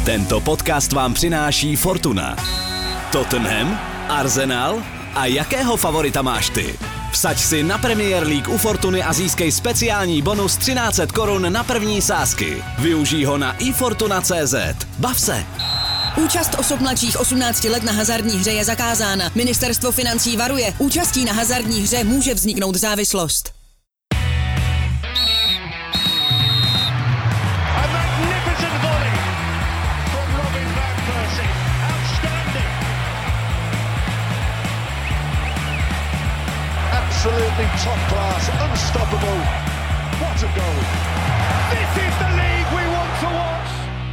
Tento podcast vám přináší Fortuna. Tottenham, Arsenal a jakého favorita máš ty? Vsaď si na Premier League u Fortuny a získej speciální bonus 1300 korun na první sázky. Využij ho na ifortuna.cz. Bav se! Účast osob mladších 18 let na hazardní hře je zakázána. Ministerstvo financí varuje. Účastí na hazardní hře může vzniknout závislost. Absolutely top class, unstoppable. What a goal. This is the league we want to watch.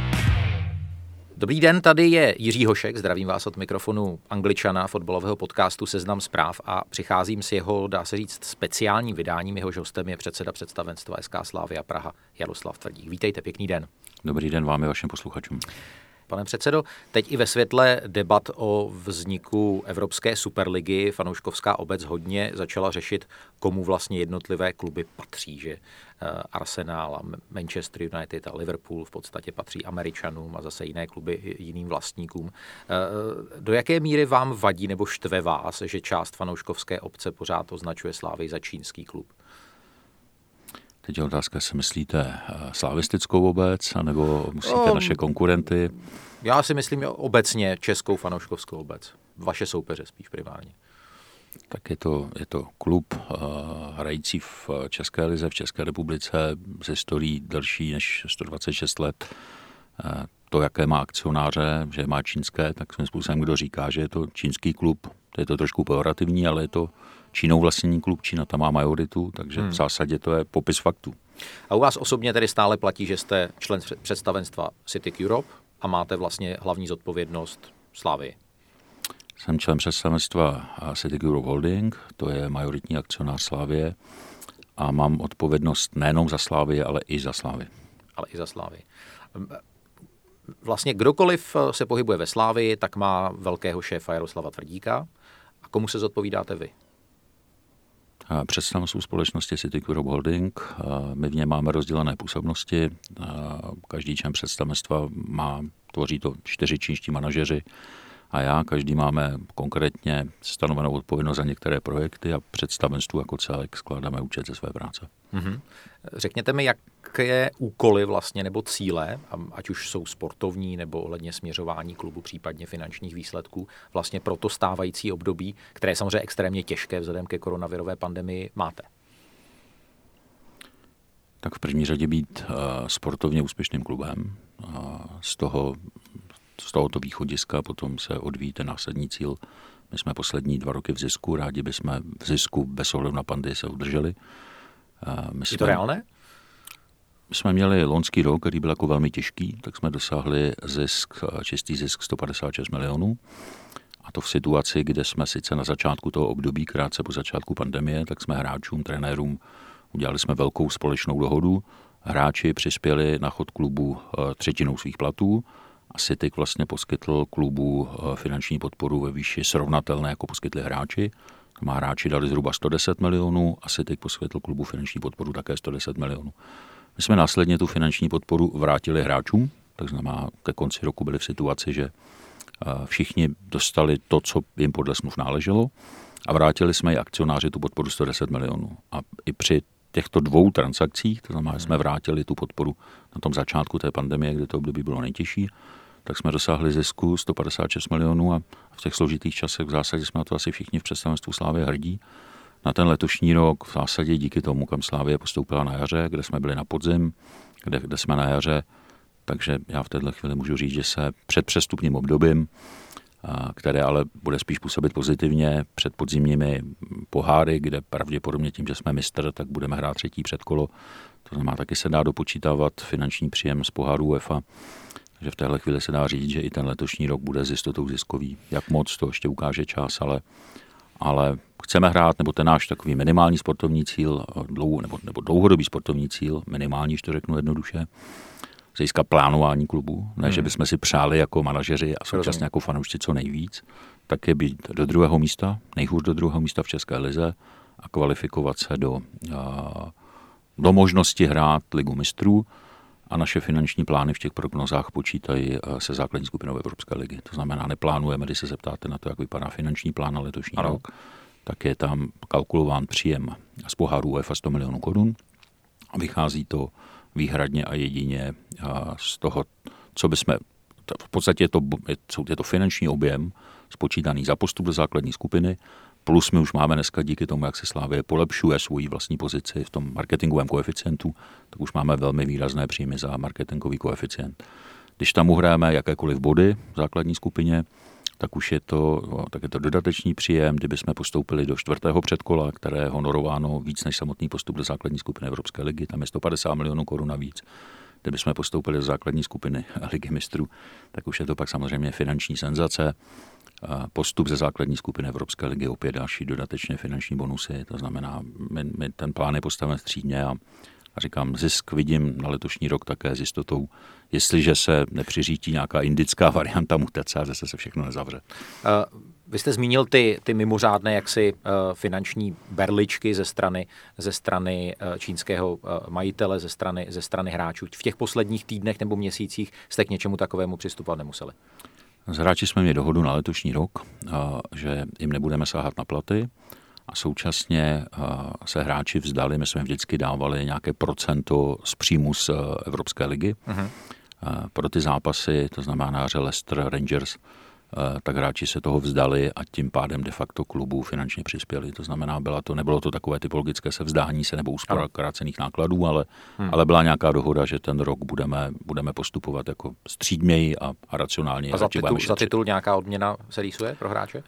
Dobrý den, tady je Jiří Hošek, zdravím vás od mikrofonu Angličana, fotbalového podcastu Seznam zpráv a přicházím s jeho, dá se říct, speciálním vydáním. Jehož hostem je předseda představenstva SK Slavia Praha Jaroslav Tvrdík. Vítejte, pěkný den. Dobrý den vám i vašim posluchačům. Pane předsedo, teď i ve světle debat o vzniku Evropské superligy fanouškovská obec hodně začala řešit, komu vlastně jednotlivé kluby patří, že Arsenal a Manchester United a Liverpool v podstatě patří Američanům a zase jiné kluby jiným vlastníkům. Do jaké míry vám vadí nebo štve vás, že část fanouškovské obce pořád označuje Slavii za čínský klub? Teď je otázka, jestli myslíte slavistickou obec, anebo musíte naše konkurenty? Já si myslím obecně českou fanouškovskou obec. Vaše soupeře spíš primárně. Tak je to klub hrající v České lize, v České republice s historií delší než 126 let. To, jaké má akcionáře, že má čínské, tak svým způsobem, kdo říká, že je to čínský klub, to je to trošku pejorativní, ale je to Čínou vlastněný klub, Čína tam má majoritu, takže v zásadě to je popis faktů. A u vás osobně tedy stále platí, že jste člen představenstva City Europe a máte vlastně hlavní zodpovědnost Slavii? Jsem člen představenstva City Europe Holding, to je majoritní akcionář Slavie a mám odpovědnost nejenom za Slavii, ale i za Slavii. Ale i za Slavii. Vlastně kdokoliv se pohybuje ve Slavii, tak má velkého šéfa Jaroslava Tvrdíka. A komu se zodpovídáte vy? Představenstvu společnosti City Europe Holding. My v něm máme rozdělené působnosti. Každý člen představenstva tvoří to 4 čínští manažeři a já. Každý máme konkrétně stanovenou odpovědnost za některé projekty a představenstvu jako celek skládáme účet ze své práce. Mm-hmm. Řekněte mi, jaké úkoly vlastně nebo cíle, ať už jsou sportovní nebo ohledně směřování klubu, případně finančních výsledků, vlastně pro to stávající období, které je samozřejmě extrémně těžké vzhledem ke koronavirové pandemii, máte? Tak v první řadě být sportovně úspěšným klubem. Z tohoto východiska potom se odvíjí ten následní cíl. My jsme poslední 2 roky v zisku, rádi bychom v zisku bez ohledu na pandemii se udrželi. Je to reálné? My jsme měli loňský rok, který byl jako velmi těžký, tak jsme dosáhli čistý zisk 156 milionů. A to v situaci, kde jsme sice na začátku toho období, krátce po začátku pandemie, tak jsme hráčům, trenérům udělali jsme velkou společnou dohodu. Hráči přispěli na chod klubu 1/3 svých platů a City vlastně poskytl klubu finanční podporu ve výši srovnatelné, jako poskytli hráči. Hráči dali zhruba 110 milionů a City poskytl klubu finanční podporu také 110 milionů. My jsme následně tu finanční podporu vrátili hráčům, tak znamená, ke konci roku byli v situaci, že všichni dostali to, co jim podle smluv náleželo a vrátili jsme i akcionáři tu podporu 110 milionů. A i při těchto 2 transakcích, to znamená, že jsme vrátili tu podporu na tom začátku té pandemie, kdy to období bylo nejtěžší, tak jsme dosáhli zisku 156 milionů a v těch složitých časech v zásadě jsme na to asi všichni v představenstvu Slavie hrdí. Na ten letošní rok v zásadě díky tomu, kam Slavie postoupila na jaře, kde jsme byli na podzim, kde jsme na jaře, takže já v této chvíli můžu říct, že se před přestupním obdobím, které ale bude spíš působit pozitivně, před podzimními poháry, kde pravděpodobně tím, že jsme mistr, tak budeme hrát 3. předkolo. To znamená, taky se dá dopočítávat finanční příjem z poháru UEFA. Takže v téhle chvíli se dá říct, že i ten letošní rok bude s jistotou ziskový. Jak moc, to ještě ukáže čas, ale chceme hrát, nebo ten náš takový minimální sportovní cíl, nebo dlouhodobý sportovní cíl, minimální, to řeknu jednoduše, z hlediska plánování klubu, ne, že bychom si přáli jako manažeři a současně jako fanoušci co nejvíc, tak je být do 2. místa, nejhůř do 2. místa v České lize a kvalifikovat se do možnosti hrát Ligu mistrů. a naše finanční plány v těch prognozách počítají se základní skupinou Evropské ligy. To znamená, neplánujeme, když se zeptáte na to, jak vypadá finanční plán na letošní rok, tak je tam kalkulován příjem z poháru UEFA 100 milionů korun a vychází to výhradně a jedině z toho, co bychom, v podstatě je to finanční objem spočítaný za postup do základní skupiny, plus my už máme dneska díky tomu, jak se Slavie polepšuje svoji vlastní pozici v tom marketingovém koeficientu, tak už máme velmi výrazné příjmy za marketingový koeficient. Když tam uhráme jakékoliv body v základní skupině, tak už je to dodatečný příjem, kdyby jsme postoupili do 4. předkola, které je honorováno víc než samotný postup do základní skupiny Evropské ligy, tam je 150 milionů korun navíc. Kdyby jsme postoupili do základní skupiny Ligy mistrů, tak už je to pak samozřejmě finanční senzace. Postup ze základní skupiny Evropské ligy opět další dodatečné finanční bonusy, to znamená, my ten plán je postaven střídně a říkám, zisk vidím na letošní rok také s jistotou, jestliže se nepřiřítí nějaká indická varianta mutace a zase se všechno nezavře. Vy jste zmínil ty mimořádné jaksi finanční berličky ze strany čínského majitele, ze strany hráčů. V těch posledních týdnech nebo měsících jste k něčemu takovému přistupovat nemuseli? S hráči jsme měli dohodu na letošní rok, že jim nebudeme sahat na platy a současně se hráči vzdali, my jsme vždycky dávali nějaké procento z příjmu z Evropské ligy. Pro ty zápasy, to znamená na hře Leicester, Rangers, tak hráči se toho vzdali a tím pádem de facto klubu finančně přispěli. To znamená, nebylo to takové typologické se vzdání se nebo úspora krácených nákladů, ale byla nějaká dohoda, že ten rok budeme postupovat jako střídměji a racionálně. A za titul nějaká odměna se rýsuje pro hráče?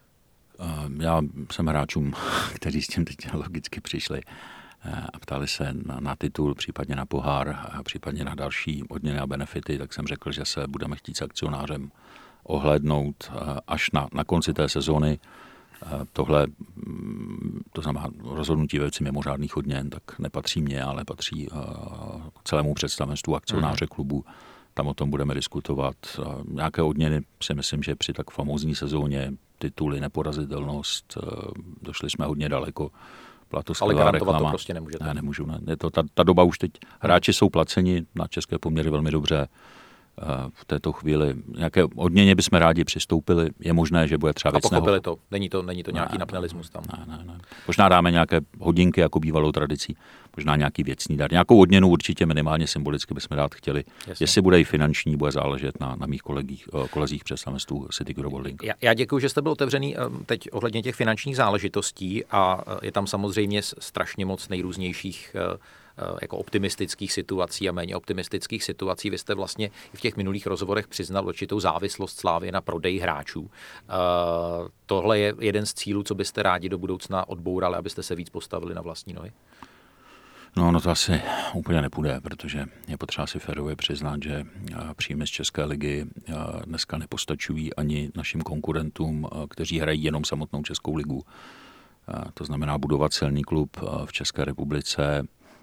Já jsem hráčům, kteří s tím teď logicky přišli a ptali se na titul, případně na pohár, a případně na další odměny a benefity, tak jsem řekl, že se budeme chtít s akcionářem ohlédnout až na konci té sezóny. Tohle, to znamená rozhodnutí ve věci mimořádných odměn, tak nepatří mně, ale patří celému představenstvu akcionáře klubu. Tam o tom budeme diskutovat. Nějaké odměny si myslím, že při tak famózní sezóně, tituly, neporazitelnost, došli jsme hodně daleko. Ale garantovat to prostě nemůžete. Ne, nemůžu. Ne. Je to ta doba už teď. Hráči jsou placeni na české poměry velmi dobře. V této chvíli nějaké odměně bychom rádi přistoupili. Je možné, že bude třeba věcného. A pochopili to. Není to nějaký napnelismus tam. Ne. Možná dáme nějaké hodinky jako bývalou tradicí. Možná nějaký věcný dar. Nějakou odměnu určitě minimálně symbolicky bychom dát chtěli. Jasně. Jestli bude i finanční, bude záležet na mých kolezích představenstvu City Group Holding. Já děkuji, že jste byl otevřený teď ohledně těch finančních záležitostí a je tam samozřejmě strašně moc nejrůznějších jako optimistických situací a méně optimistických situací. Vy jste vlastně i v těch minulých rozhovorech přiznal určitou závislost Slavie na prodeji hráčů. Tohle je jeden z cílů, co byste rádi do budoucna odbourali, abyste se víc postavili na vlastní nohy? No to asi úplně nepůjde, protože je potřeba si férově přiznat, že příjmy z České ligy dneska nepostačují ani našim konkurentům, kteří hrají jenom samotnou Českou ligu. To znamená budovat silný klub v České republice,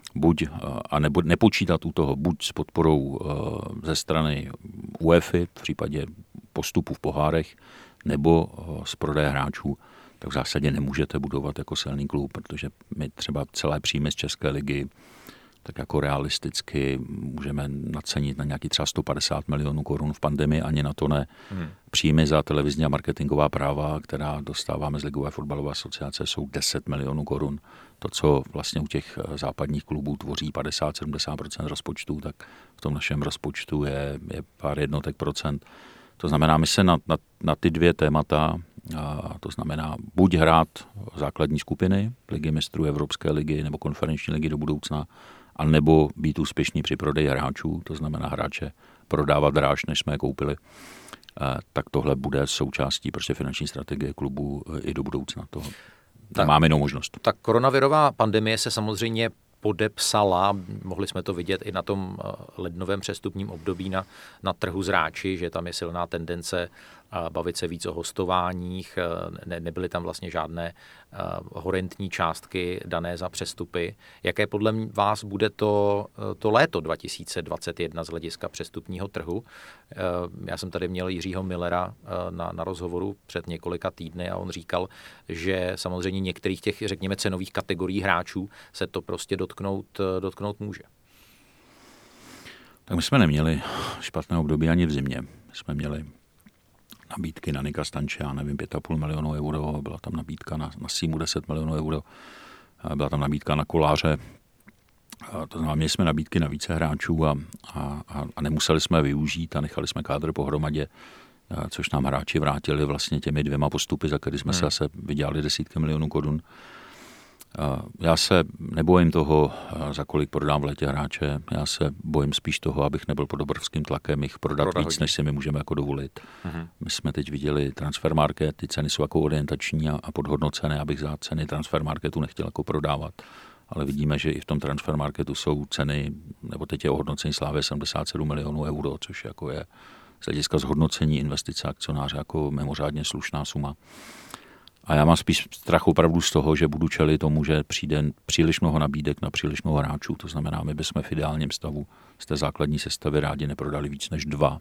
nebo nepočítat u toho buď s podporou ze strany UEFA v případě postupu v pohárech, nebo z prodeje hráčů, tak v zásadě nemůžete budovat jako silný klub, protože my třeba celé příjmy z České ligy tak jako realisticky můžeme nacenit na nějaký třeba 150 milionů korun v pandemii, ani na to ne. Příjmy za televizní a marketingová práva, která dostáváme z Ligové fotbalové asociace, jsou 10 milionů korun. To, co vlastně u těch západních klubů tvoří 50-70% rozpočtu, tak v tom našem rozpočtu je pár jednotek procent. To znamená, my se na ty dvě témata, to znamená buď hrát základní skupiny Ligy mistrů, Evropské ligy nebo konferenční ligy do budoucna, a nebo být úspěšní při prodeji hráčů, to znamená hráče prodávat dráž, než jsme je koupili, tak tohle bude součástí prostě finanční strategie klubu i do budoucna. Toho máme jinou možnost. Tak koronavirová pandemie se samozřejmě podepsala, mohli jsme to vidět i na tom lednovém přestupním období na trhu s hráči, že tam je silná tendence bavit se víc o hostováních, nebyly tam vlastně žádné horentní částky dané za přestupy. Jaké podle vás bude to léto 2021 z hlediska přestupního trhu? Já jsem tady měl Jiřího Millera na rozhovoru před několika týdny a on říkal, že samozřejmě některých těch, řekněme, cenových kategorií hráčů se to prostě dotknout může. Tak my jsme neměli špatné období ani v zimě. My jsme měli nabídky na Nika Stanče, já nevím, 5,5 milionu euro, byla tam nabídka na Símu 10 milionů euro, byla tam nabídka na Koláře. To znamená, měli jsme nabídky na více hráčů a nemuseli jsme využít a nechali jsme kádr pohromadě, což nám hráči vrátili vlastně těmi 2 postupy, za který jsme se zase vydělali desítky milionů korun. Já se nebojím toho, za kolik prodám v létě hráče. Já se bojím spíš toho, abych nebyl pod obrovským tlakem jich prodat víc, hodně, než si my můžeme jako dovolit. My jsme teď viděli Transfermarket, ty ceny jsou jako orientační a podhodnocené, abych za ceny Transfermarketu nechtěl jako prodávat. Ale vidíme, že i v tom Transfermarketu jsou ceny, nebo teď je ohodnocení Slávy 77 milionů euro, což jako je z hlediska zhodnocení investice akcionáře jako mimořádně slušná suma. A já mám spíš strach opravdu z toho, že budu čelit tomu, že přijde příliš mnoho nabídek na příliš mnoho hráčů. To znamená, my bychom v ideálním stavu z té základní sestavy rádi neprodali víc než 2.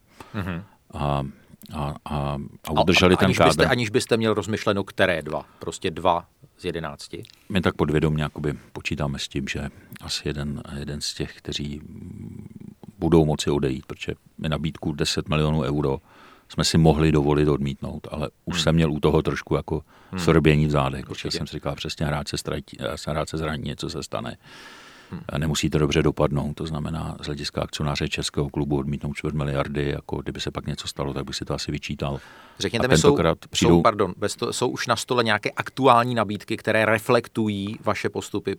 A udrželi ten kádr. Aniž byste měl rozmyšleno, které 2? Prostě 2 z 11? My tak podvědomě počítáme s tím, že asi jeden z těch, kteří budou moci odejít, protože my nabídku 10 milionů euro jsme si mohli dovolit odmítnout, ale už jsem měl u toho trošku jako sorbění v zádech, protože jsem si říkal, přesně hráč se zraní, něco se stane. Nemusí to dobře dopadnout, to znamená z hlediska akcionáře českého klubu odmítnout 4 miliardy, jako kdyby se pak něco stalo, tak bych si to asi vyčítal. Řekněte mi, jsou už na stole nějaké aktuální nabídky, které reflektují vaše postupy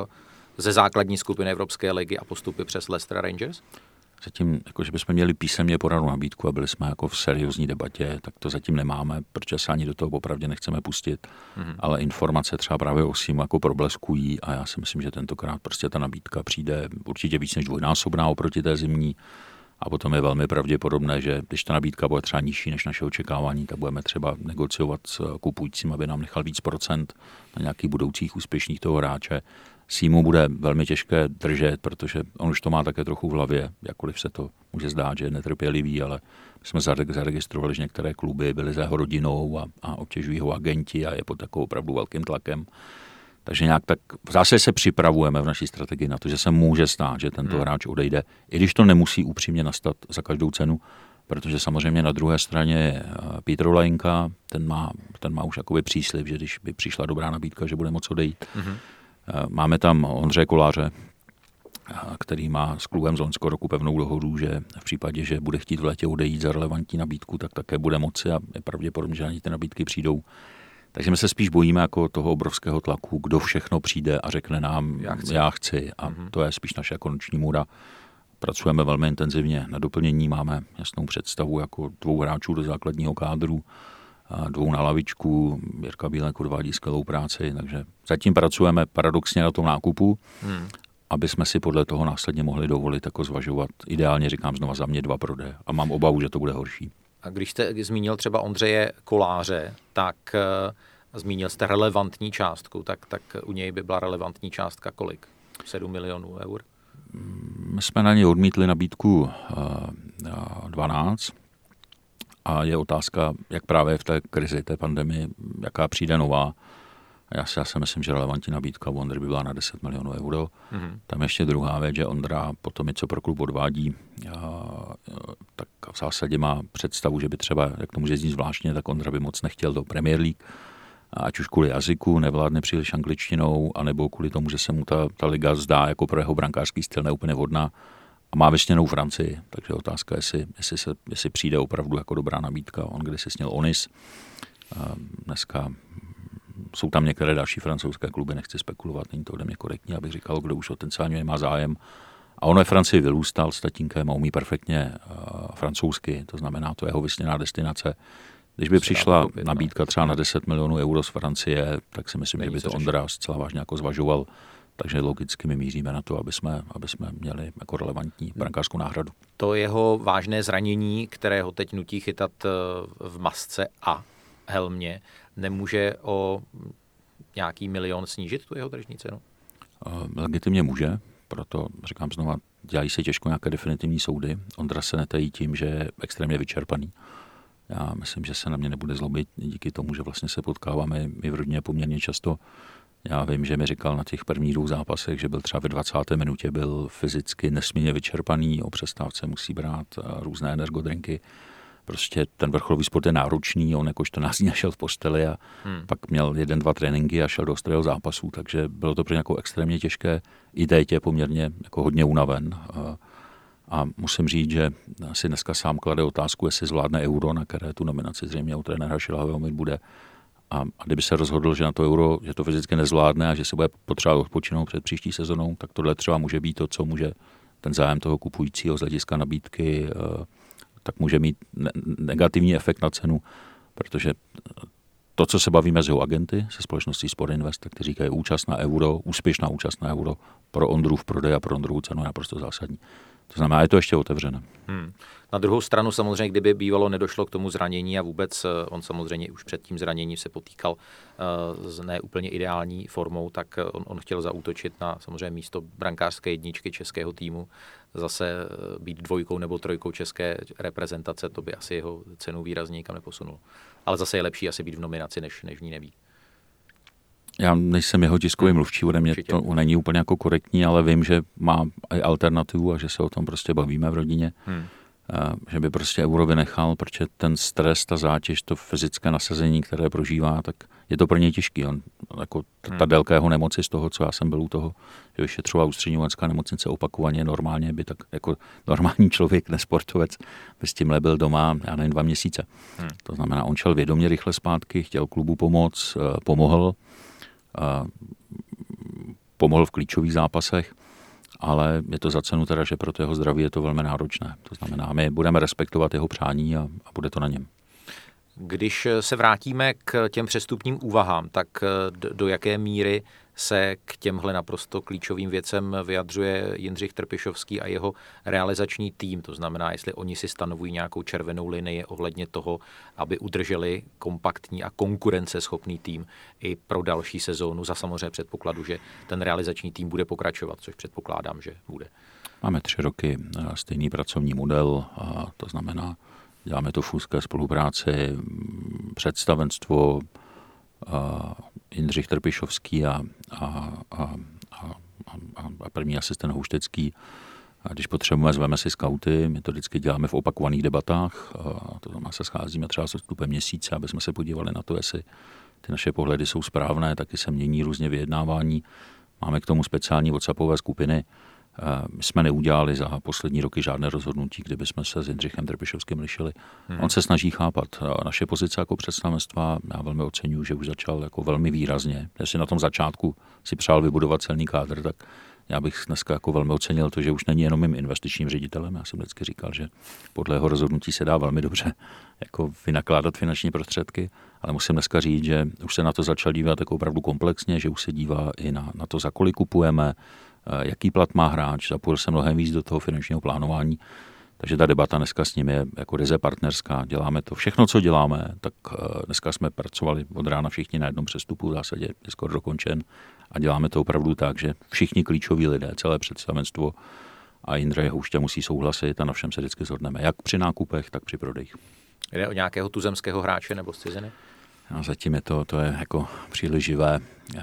ze základní skupiny Evropské ligy a postupy přes Leicester Rangers? Zatím, že bychom měli písemně podanou nabídku a byli jsme jako v seriózní debatě, tak to zatím nemáme, protože se ani do toho opravdu nechceme pustit, ale informace třeba právě o Símu jako probleskují a já si myslím, že tentokrát prostě ta nabídka přijde určitě víc než dvojnásobná oproti té zimní a potom je velmi pravděpodobné, že když ta nabídka bude třeba nižší než naše očekávání, tak budeme třeba negociovat s kupujícím, aby nám nechal víc procent na nějakých budoucích úspěšných toho hráče. Símu bude velmi těžké držet, protože on už to má také trochu v hlavě, jakkoliv se to může zdát, že je netrpělivý, ale jsme zaregistrovali, že některé kluby byly za jeho rodinou a obtěžují ho agenti a je pod takovou opravdu velkým tlakem. Takže nějak tak v zásadě se připravujeme v naší strategii na to, že se může stát, že tento hráč odejde, i když to nemusí upřímně nastat za každou cenu, protože samozřejmě na druhé straně je Petr Olajinka, ten má už jakoby příslib, že když by přišla dobrá nabídka, že bude moc odejít. Máme tam Ondřeje Koláře, který má s klubem z loňského roku pevnou dohodu, že v případě, že bude chtít v létě odejít za relevantní nabídku, tak také bude moci a je pravděpodobně, že ani ty nabídky přijdou. Takže my se spíš bojíme jako toho obrovského tlaku, kdo všechno přijde a řekne nám, já chci. A to je spíš naše jako noční můra. Pracujeme velmi intenzivně na doplnění, máme jasnou představu jako 2 hráčů do základního kádru, 2 na lavičku, Jirka Bílek odvádí skvělou práci, takže zatím pracujeme paradoxně na tom nákupu, aby jsme si podle toho následně mohli dovolit jako zvažovat. Ideálně říkám znova za mě 2 prodeje a mám obavu, že to bude horší. A když jste zmínil třeba Ondřeje Koláře, tak zmínil jste relevantní částku, tak u něj by byla relevantní částka kolik? 7 milionů eur? My jsme na něj odmítli nabídku 12 a je otázka, jak právě v té krizi, té pandemii, jaká přijde nová. Já si myslím, že relevantní nabídka u Ondry by byla na 10 milionů euro. Tam ještě druhá věc, že Ondra po tom, co pro klub odvádí, tak v zásadě má představu, že by třeba, jak to může znít zvláštně, tak Ondra by moc nechtěl do Premier League, ať už kvůli jazyku, nevládne příliš angličtinou, anebo kvůli tomu, že se mu ta liga zdá jako pro jeho brankářský styl neúplně vhodná a má vysněnou Francii. Takže otázka, jestli přijde opravdu jako dobrá nabídka. On kdysi sněl Onis, dneska jsou tam některé další francouzské kluby, nechci spekulovat, není to ode mě korektní, abych říkal, kdo už potenciálně má zájem. A on ve Francii vyrůstal s tatínkem a umí perfektně francouzsky, to znamená, to jeho vysněná destinace. Když by přišla nabídka třeba na 10 milionů euro z Francie, tak si myslím, že by to Ondra zcela vážně jako zvažoval. Takže logicky my míříme na to, aby jsme měli jako relevantní brankářskou náhradu. To jeho vážné zranění, které ho teď nutí chytat v masce a helmě, nemůže o nějaký milion snížit tu jeho tržní cenu? Legitimně může, proto říkám znova, dělají se těžko nějaké definitivní soudy. Ondra se netají tím, že je extrémně vyčerpaný. Já myslím, že se na mě nebude zlobit díky tomu, že vlastně se potkáváme my v rodině poměrně často. Já vím, že mi říkal na těch prvních 2 zápasech, že byl třeba ve 20. minutě, byl fyzicky nesmírně vyčerpaný, o přestávce musí brát různé energodrinky. Prostě ten vrcholový sport je náročný, on jako 14 dní šel v posteli a pak měl 1-2 tréninky a šel do ostrého zápasu, takže bylo to pro něj jako extrémně těžké. I teď je poměrně jako hodně unaven. A musím říct, že si dneska sám klade otázku, jestli zvládne Euro, na které tu nominaci zřejmě u trenéra Šilhavého mít bude. A kdyby se rozhodl, že na to Euro, že to fyzicky nezvládne a že se bude potřebovat odpočinout před příští sezónou, tak tohle třeba může být to, co může ten zájem toho kupujícího z hlediska nabídky, tak může mít negativní efekt na cenu, protože to, co se bavíme s jeho agenty, se společností Sport Invest, tak ty říkají účast na Euro, úspěšná účast na Euro pro Ondrův prodej a pro Ondrovu cenu je naprosto zásadní. To znamená, je to ještě otevřené. Na druhou stranu samozřejmě, kdyby bývalo nedošlo k tomu zranění a vůbec on samozřejmě už před tím zraněním se potýkal s neúplně ideální formou, tak on chtěl zaútočit na samozřejmě místo brankářské jedničky českého týmu, zase být 2 nebo 3 české reprezentace, to by asi jeho cenu výrazně nikam neposunulo. Ale zase je lepší asi být v nominaci, než v ní nebýt. Já nejsem jeho tiskový mluvčí, ode mě to není úplně jako korektní, ale vím, že má i alternativu a že se o tom prostě bavíme v rodině. Že by prostě Euro vynechal, protože ten stres, ta zátěž, to fyzické nasazení, které prožívá, tak je to pro něj těžký. On, jako ta délka jeho nemoci z toho, co já jsem byl u toho, že vyšetřoval Ústřední vojenská nemocnice opakovaně, normálně by tak jako normální člověk, nesportovec, by s tímhle byl doma, já nevím, 2 měsíce. To znamená, on šel vědomě rychle zpátky, chtěl klubu pomoct, pomohl v klíčových zápasech, ale je to za cenu teda, že pro to jeho zdraví je to velmi náročné. To znamená, my budeme respektovat jeho přání a bude to na něm. Když se vrátíme k těm přestupním úvahám, tak do jaké míry se k těmhle naprosto klíčovým věcem vyjadřuje Jindřich Trpišovský a jeho realizační tým? To znamená, jestli oni si stanovují nějakou červenou linii ohledně toho, aby udrželi kompaktní a konkurenceschopný tým i pro další sezónu, za samozřejmě předpokladu, že ten realizační tým bude pokračovat, což předpokládám, že bude. Máme 3 roky stejný pracovní model, a to znamená, děláme to v úzké spolupráci, představenstvo, Jindřich Trpišovský a první asistent Houštecký. A když potřebujeme, zveme si skauty, my to vždycky děláme v opakovaných debatách, to znamená, se scházíme třeba s odstupem měsíce, aby jsme se podívali na to, jestli ty naše pohledy jsou správné, taky se mění různě vyjednávání. Máme k tomu speciální WhatsAppové skupiny. My jsme neudělali za poslední roky žádné rozhodnutí, kdyby jsme se s Jindřichem Trpišovským lišili. On se snaží chápat naše pozice jako představenstva. Já velmi oceňuji, že už začal jako velmi výrazně. Jestli na tom začátku si přál vybudovat celý kádr, tak já bych dneska jako velmi ocenil to, že už není jenom mým investičním ředitelem. Já jsem vždycky říkal, že podle jeho rozhodnutí se dá velmi dobře jako vynakládat finanční prostředky, ale musím dneska říct, že už se na to začal dívat jako opravdu komplexně, že už se dívá i na to, za kolik kupujeme, jaký plat má hráč, zapojil se mnohem víc do toho finančního plánování, takže ta debata dneska s ním je jako ryze partnerská. Děláme to všechno, co děláme, tak dneska jsme pracovali od rána všichni na jednom přestupu, v zásadě je skoro dokončen a děláme to opravdu tak, že všichni klíčoví lidé, celé představenstvo a Jindřich Houšťa musí souhlasit a na všem se vždycky shodneme, jak při nákupech, tak při prodejích. Jde o nějakého tuzemského hráče nebo z ciziny? No, zatím je to je jako příliš živé.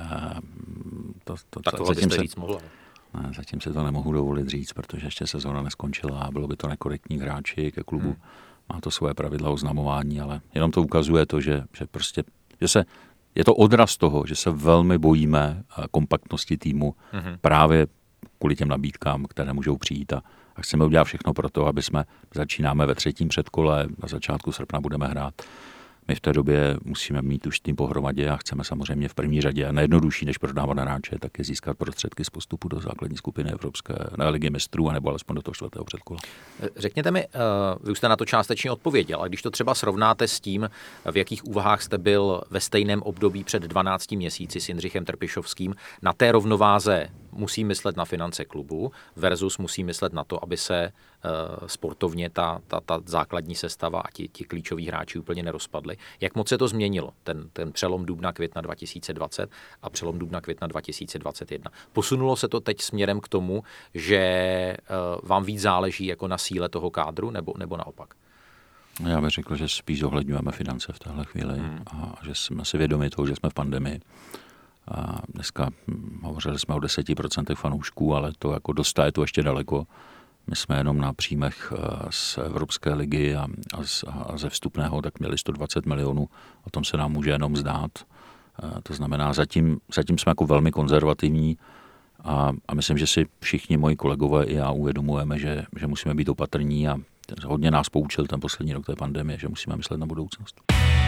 Tak tohle byste říct mohla. Ne, zatím se to nemohu dovolit říct, protože ještě sezóna neskončila a bylo by to nekorektní k hráči, ke klubu. Má to svoje pravidla oznamování, ale jenom to ukazuje to, že je to odraz toho, že se velmi bojíme kompaktnosti týmu právě kvůli těm nabídkám, které můžou přijít a chceme udělat všechno pro to, aby začínáme ve 3. předkole, na začátku srpna budeme hrát. My v té době musíme mít už tým pohromadě a chceme samozřejmě v první řadě a nejjednodušší, než prodávat na hráče, tak je získat prostředky z postupu do základní skupiny Evropské ligy mistrů, anebo alespoň do toho 4. předkola. Řekněte mi, vy už jste na to částečně odpověděl, ale když to třeba srovnáte s tím, v jakých úvahách jste byl ve stejném období před 12 měsíci s Jindřichem Trpišovským, na té rovnováze musí myslet na finance klubu versus musí myslet na to, aby se sportovně ta základní sestava a ti klíčoví hráči úplně nerozpadli. Jak moc se to změnilo, ten přelom dubna května 2020 a přelom dubna května 2021? Posunulo se to teď směrem k tomu, že vám víc záleží jako na síle toho kádru, nebo naopak? Já bych řekl, že spíš zohledňujeme finance v téhle chvíli a že jsme si vědomi toho, že jsme v pandemii. A dneska hovořili jsme o 10% fanoušků, ale to jako dostat je to ještě daleko. My jsme jenom na příjmech z Evropské ligy a ze vstupného tak měli 120 milionů. O tom se nám může jenom zdát. To znamená, zatím jsme jako velmi konzervativní a myslím, že si všichni moji kolegové i já uvědomujeme, že musíme být opatrní a hodně nás poučil ten poslední rok té pandemie, že musíme myslet na budoucnost.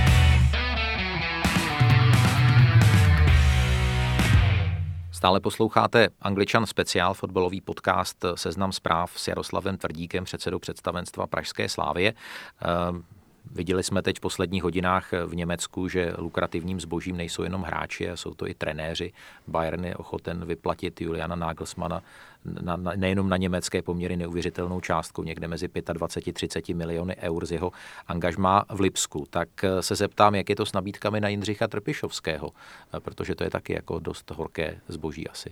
Stále posloucháte Angličan speciál, fotbalový podcast Seznam zpráv s Jaroslavem Tvrdíkem, předsedou představenstva Pražské Slavie. Viděli jsme teď v posledních hodinách v Německu, že lukrativním zbožím nejsou jenom hráči, a jsou to i trenéři. Bayern je ochoten vyplatit Juliana Nagelsmana nejenom na německé poměry neuvěřitelnou částkou, někde mezi 25-30 miliony eur z jeho angažmá v Lipsku. Tak se zeptám, jak je to s nabídkami na Jindřicha Trpišovského, protože to je taky jako dost horké zboží asi.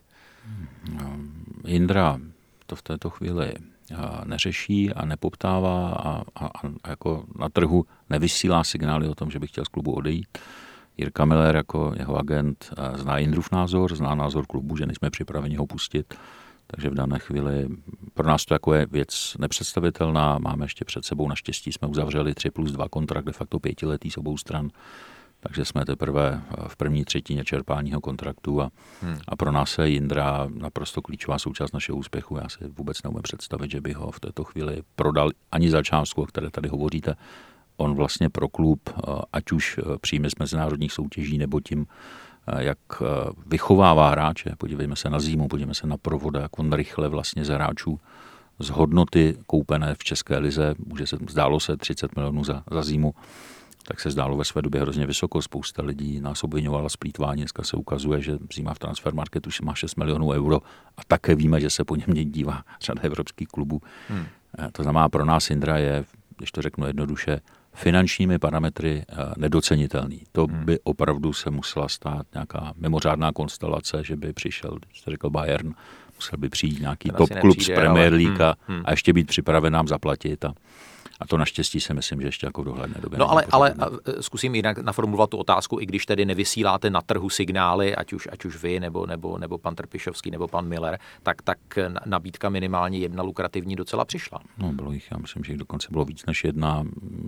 Jindra to v této chvíli neřeší a nepoptává a jako na trhu nevysílá signály o tom, že by chtěl z klubu odejít. Jirka Miller jako jeho agent zná Jindrův názor, zná názor klubu, že nejsme připraveni ho pustit, takže v dané chvíli pro nás to jako je věc nepředstavitelná. Máme ještě před sebou, naštěstí jsme uzavřeli 3+2 kontrakt, de facto 5letý z obou stran. Takže jsme teprve v první třetině čerpání kontraktu a pro nás je Jindra naprosto klíčová součást našeho úspěchu. Já si vůbec neumím představit, že by ho v této chvíli prodal ani za částku, o které tady hovoříte. On vlastně pro klub, ať už příjmy z mezinárodních soutěží, nebo tím, jak vychovává hráče. Podívejme se na zimu, podívejme se na Provoda, jak on rychle vlastně z hráčů z hodnoty koupené v České lize, zdálo se 30 milionů za zimu, tak se zdálo ve své době hrozně vysoko. Spousta lidí nás obviňovala z plýtvání. Dneska se ukazuje, že zima v Transfermarketu už má 6 milionů euro a také víme, že se po něm dívá řada evropských klubů. To znamená, pro nás Jindra je, když to řeknu jednoduše, finančními parametry nedocenitelný. To by opravdu se musela stát nějaká mimořádná konstelace, že by přišel, když jste řekl Bayern, musel by přijít nějaký top klub z Premier League a ještě být připraven nám zaplatit a to naštěstí si myslím, že ještě jako v dohledné době. No ale zkusím jinak naformulovat tu otázku, i když tedy nevysíláte na trhu signály, ať už vy, nebo pan Trpišovský, nebo pan Miller, tak nabídka minimálně jedna lukrativní docela přišla. No bylo jich, já myslím, že jich dokonce bylo víc než jedna.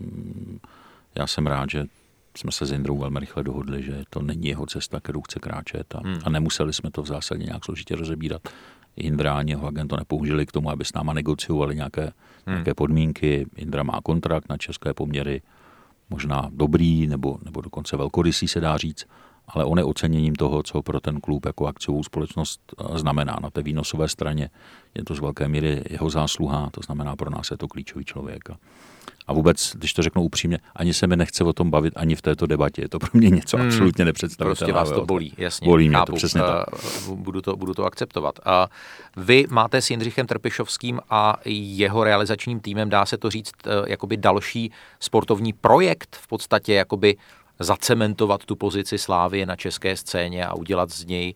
Já jsem rád, že jsme se s Jindrou velmi rychle dohodli, že to není jeho cesta, kterou chce kráčet a nemuseli jsme to v zásadě nějak složitě rozebírat. Jindra ani jeho agent to nepoužili k tomu, aby s náma negociovali nějaké podmínky. Jindra má kontrakt na české poměry, možná dobrý, nebo dokonce velkorysý se dá říct, ale on je oceněním toho, co pro ten klub jako akciovou společnost znamená. Na té výnosové straně je to z velké míry jeho zásluha, to znamená pro nás je to klíčový člověk. A vůbec, když to řeknu upřímně, ani se mi nechce o tom bavit ani v této debatě. Je to pro mě něco absolutně nepředstavitelného. Prostě vás to bolí, jasně. Bolí mě to, přesně tak. Budu to akceptovat. A vy máte s Jindřichem Trpišovským a jeho realizačním týmem, dá se to říct, jakoby další sportovní projekt, v podstatě jakoby zacementovat tu pozici Slavie na české scéně a udělat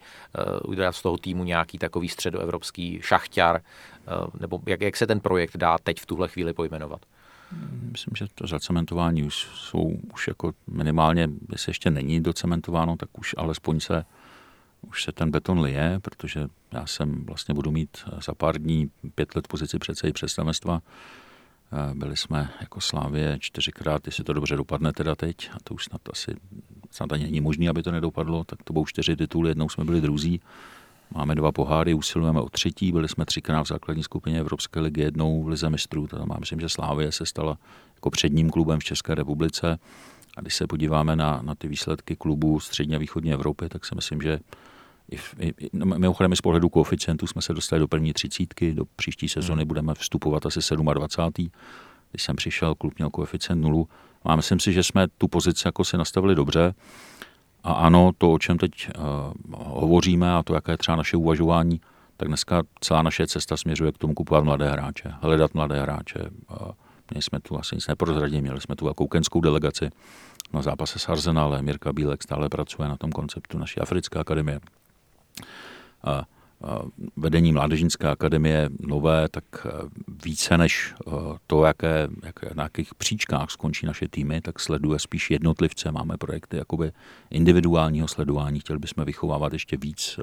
z toho týmu nějaký takový středoevropský šachťar, nebo jak se ten projekt dá teď v tuhle chvíli pojmenovat? Myslím, že to zacementování už jako minimálně, jestli ještě není docementováno, tak už alespoň už se ten beton lije, protože já vlastně budu mít za pár dní 5 let pozici představenstva. Byli jsme jako Slavie 4krát, jestli to dobře dopadne teda teď, a to už snad ani není možné, aby to nedopadlo, tak to budou 4 tituly, jednou jsme byli druzí. Máme 2 poháry, usilujeme o 3. Byli jsme 3krát v základní skupině Evropské ligy, jednou v Lize mistrů. Myslím, že Slavie se stala jako předním klubem v České republice. A když se podíváme na ty výsledky klubů střední a východní Evropy, tak si myslím, že mimochodem z pohledu koeficientu jsme se dostali do první 30. Do příští sezony budeme vstupovat asi 27. Když jsem přišel, klub měl koeficient 0. A myslím si, že jsme tu pozici jako si nastavili dobře. A ano, to, o čem teď hovoříme a to, jaké je třeba naše uvažování, tak dneska celá naše cesta směřuje k tomu kupovat mladé hráče, hledat mladé hráče. Měli jsme tu asi nic neprozradili, měli jsme tu velkou kenskou delegaci na zápase s Arsenalem. Mirka Bílek stále pracuje na tom konceptu naší africké akademie. vedení Mládežnické akademie nové, tak více než to, na jakých příčkách skončí naše týmy, tak sleduje spíš jednotlivce. Máme projekty jakoby individuálního sledování. Chtěli bychom vychovávat ještě víc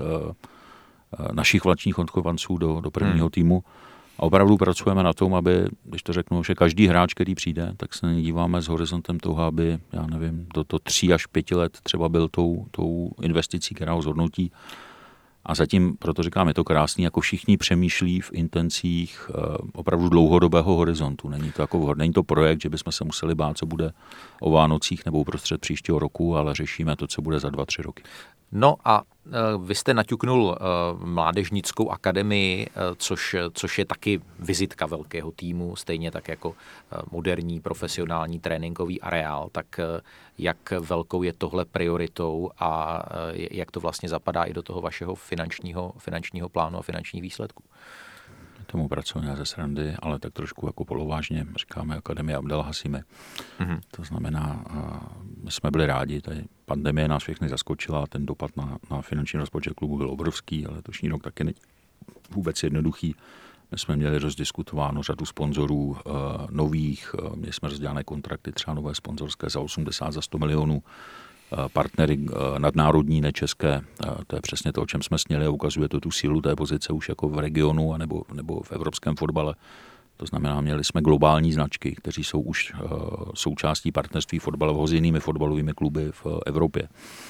našich vlastních odchovanců do prvního týmu. A opravdu pracujeme na tom, aby, když to řeknu, že každý hráč, který přijde, tak se díváme s horizontem toho, aby, já nevím, do 3 až 5 let třeba byl tou investicí, která ho zhodnotí. A zatím, proto říkám, je to krásný, jako všichni přemýšlí v intencích opravdu dlouhodobého horizontu. Není to projekt, že bychom se museli bát, co bude o Vánocích nebo uprostřed příštího roku, ale řešíme to, co bude za 2-3 roky. No a vy jste naťuknul Mládežnickou akademii, což je taky vizitka velkého týmu, stejně tak jako moderní profesionální tréninkový areál. Tak jak velkou je tohle prioritou a jak to vlastně zapadá i do toho vašeho finančního plánu a finančních výsledků? Tomu pracujeme ze srandy, ale tak trošku jako polovážně říkáme Akademie Abdel Hasimi. Mm-hmm. To znamená, my jsme byli rádi, tady pandemie nás všechny zaskočila, ten dopad na finanční rozpočet klubu byl obrovský, ale letošní rok taky není vůbec jednoduchý. My jsme měli rozdiskutováno řadu sponzorů nových, měli jsme rozdělané kontrakty, třeba nové sponzorské za 80, za 100 milionů, partnery nadnárodní, nečeské, to je přesně to, o čem jsme sněli a ukazuje to tu sílu té pozice už jako v regionu nebo v evropském fotbale. To znamená, měli jsme globální značky, kteří jsou už součástí partnerství fotbalového s jinými fotbalovými kluby v Evropě.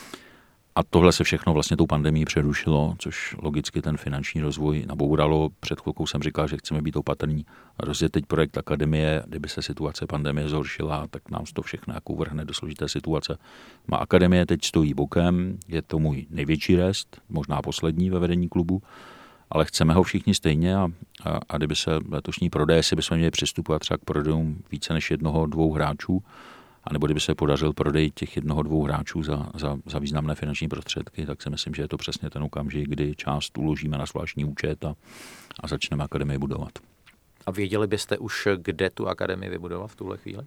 A tohle se všechno vlastně tou pandemií přerušilo, což logicky ten finanční rozvoj nabouralo. Před chvilkou jsem říkal, že chceme být opatrní. Rozjet teď projekt akademie, kdyby se situace pandemie zhoršila, tak nám to všechno jako uvrhne do složité situace. Má akademie teď stojí bokem, je to můj největší rest, možná poslední ve vedení klubu, ale chceme ho všichni stejně a kdyby se letošní prodej, si bychom měli přistupovat třeba k prodejům více než 1-2 hráčů, anebo kdyby se podařil prodej těch 1-2 hráčů za významné finanční prostředky, tak si myslím, že je to přesně ten okamžik, kdy část uložíme na zvláštní účet a začneme akademii budovat. A věděli byste už, kde tu akademii vybudovat v tuhle chvíli?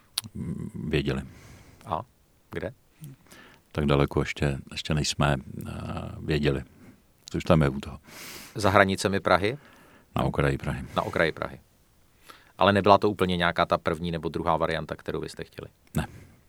Věděli. A kde? Tak daleko ještě nejsme věděli. Což tam je u toho. Za hranicemi Prahy? Na okraji Prahy. Na okraji Prahy. Ale nebyla to úplně nějaká ta první nebo druhá varianta, kterou vy jste chtěli? Ne.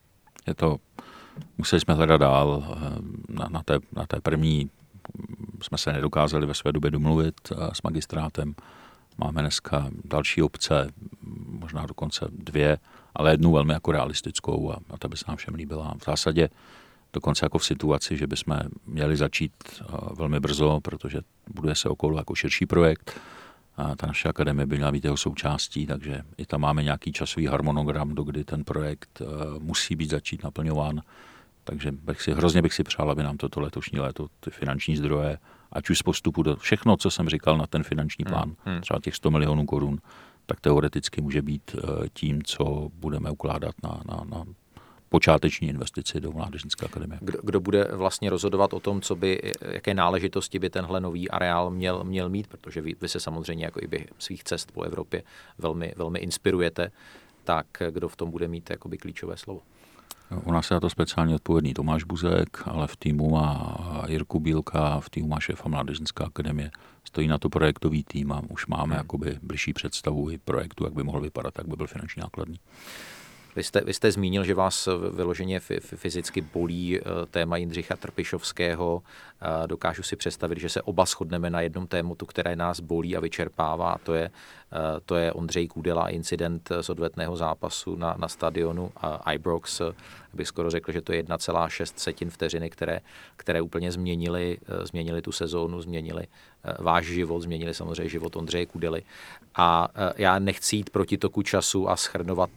Museli jsme hledat dál. Na té první jsme se nedokázali ve své době domluvit s magistrátem. Máme dneska další obce, možná dokonce 2, ale jednu velmi jako realistickou a ta by se nám všem líbila. V zásadě dokonce jako v situaci, že bychom měli začít velmi brzo, protože buduje se okolo jako širší projekt. A ta naše akademie by měla být jeho součástí, takže i tam máme nějaký časový harmonogram, dokdy ten projekt musí být začít naplňován. Takže hrozně bych si přál, aby nám toto letošní léto, ty finanční zdroje, ať už z postupu do všechno, co jsem říkal na ten finanční plán, třeba těch 100 milionů korun, tak teoreticky může být tím, co budeme ukládat na počáteční investici do Mládežnické akademie. Kdo bude vlastně rozhodovat o tom, jaké náležitosti by tenhle nový areál měl mít, protože vy se samozřejmě jako i během svých cest po Evropě velmi, velmi inspirujete, tak kdo v tom bude mít jakoby klíčové slovo? U nás je na to speciálně odpovědný Tomáš Buzek, ale v týmu má Jirku Bílka, v týmu má šéfa Mládežnická akademie. Stojí na to projektový tým a už máme jakoby bližší představu i projektu, jak by mohl vypadat, jak by byl finančně nákladný. Vy jste zmínil, že vás vyloženě fyzicky bolí téma Jindřicha Trpišovského. Dokážu si představit, že se oba shodneme na jednom tématu, které nás bolí a vyčerpává. To je Ondřej Kudela, incident z odvetného zápasu na stadionu Ibrox. Bych skoro řekl, že to je 1,6 vteřiny, které úplně změnily tu sezónu, změnily váš život, změnily samozřejmě život Ondřeje Kudely. A já nechci jít proti toku času a shrnovat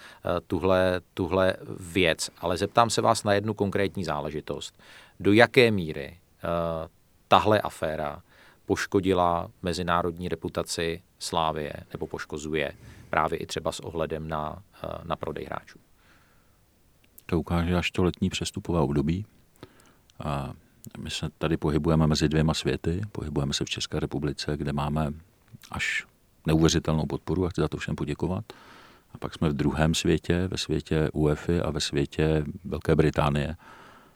tuhle věc, ale zeptám se vás na jednu konkrétní záležitost. Do jaké míry tahle aféra poškodila mezinárodní reputaci Slavie nebo poškozuje právě i třeba s ohledem na prodej hráčů? To ukáže až to letní přestupové období. A my se tady pohybujeme mezi 2 světy. Pohybujeme se v České republice, kde máme až neuvěřitelnou podporu a chci za to všem poděkovat. A pak jsme v druhém světě, ve světě UEFA a ve světě Velké Británie,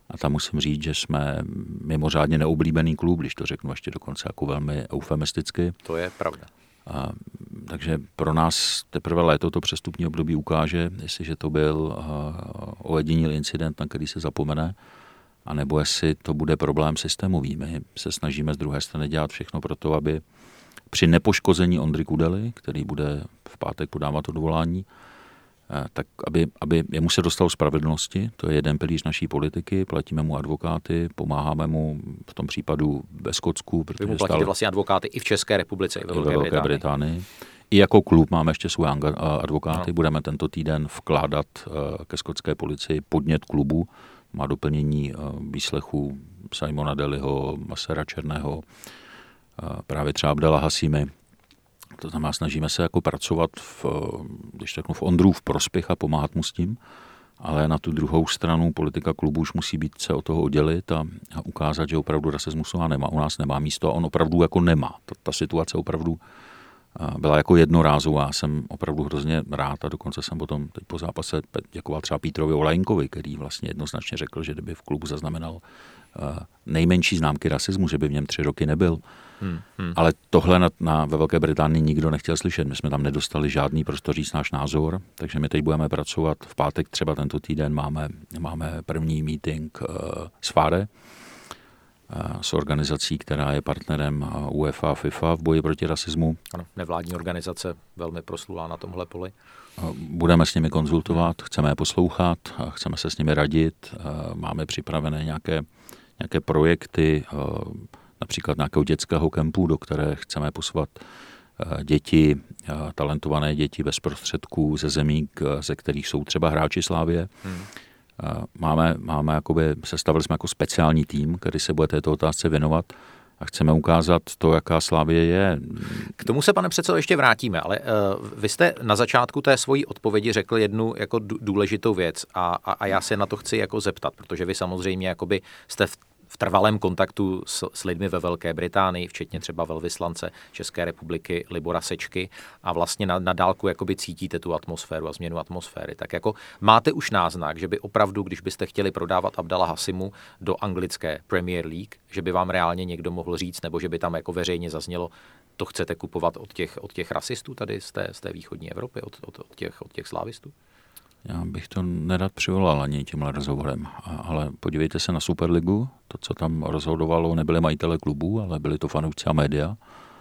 A tam musím říct, že jsme mimořádně neoblíbený klub, když to řeknu ještě dokonce jako velmi eufemisticky. To je pravda. Takže pro nás teprve léto to přestupní období ukáže, jestliže to byl ojedinělý incident, na který se zapomene, anebo jestli to bude problém systémový. My se snažíme z druhé strany dělat všechno pro to, aby při nepoškození Ondry Kudely, který bude v pátek podávat odvolání, tak aby jemu se dostalo spravedlnosti, to je jeden pilíř naší politiky, platíme mu advokáty, pomáháme mu v tom případu ve Skotsku. Vy mu platíte vlastně advokáty i v České republice, i ve Velké Británii. I jako klub máme ještě svoje advokáty, budeme tento týden vkládat ke skotské policii podnět klubu, má doplnění výslechu Simona Deliho, Masera Černého, právě třeba Abdela Hasimi. To znamená, snažíme se jako pracovat když řeknu, v Ondrův prospěch a pomáhat mu s tím, ale na tu druhou stranu politika klubu už musí být se od toho oddělit a ukázat, že opravdu rasismus u nás nemá místo a on opravdu jako nemá. Ta situace opravdu byla jako jednorázová. Jsem opravdu hrozně rád a dokonce jsem potom teď po zápase děkoval třeba Pítrovi Olajnkovi, který vlastně jednoznačně řekl, že kdyby v klubu zaznamenal nejmenší známky rasismu, že by v něm 3 roky nebyl. Ale tohle ve Velké Británii nikdo nechtěl slyšet. My jsme tam nedostali žádný prostor říct náš názor, takže my teď budeme pracovat. V pátek třeba tento týden máme první meeting s FARE, s organizací, která je partnerem UEFA a FIFA v boji proti rasismu. Ano, nevládní organizace, velmi proslulá na tomhle poli. Budeme s nimi konzultovat, chceme je poslouchat, chceme se s nimi radit, máme připravené nějaké projekty, například nějakého dětského kempu, do které chceme poslat děti, talentované děti bez prostředků ze zemí, ze kterých jsou třeba hráči Slavie. Sestavili jsme jako speciální tým, který se bude této otázce věnovat a chceme ukázat to, jaká Slavie je. K tomu se, pane předsedo, ještě vrátíme, ale vy jste na začátku té svojí odpovědi řekl jednu jako důležitou věc a já se na to chci jako zeptat, protože vy samozřejmě jakoby jste v trvalém kontaktu s lidmi ve Velké Británii, včetně třeba velvyslance České republiky Libora Sečky a vlastně na dálku jakoby cítíte tu atmosféru a změnu atmosféry. Tak jako máte už náznak, že by opravdu, když byste chtěli prodávat Abdala Hasimu do anglické Premier League, že by vám reálně někdo mohl říct, nebo že by tam jako veřejně zaznělo, to chcete kupovat od těch rasistů tady z té východní Evropy, od těch slávistů? Já bych to nerad přivolal ani tímhle rozhovorem, ale podívejte se na Superligu, to, co tam rozhodovalo, nebyly majitele klubů, ale byli to fanoušci a média.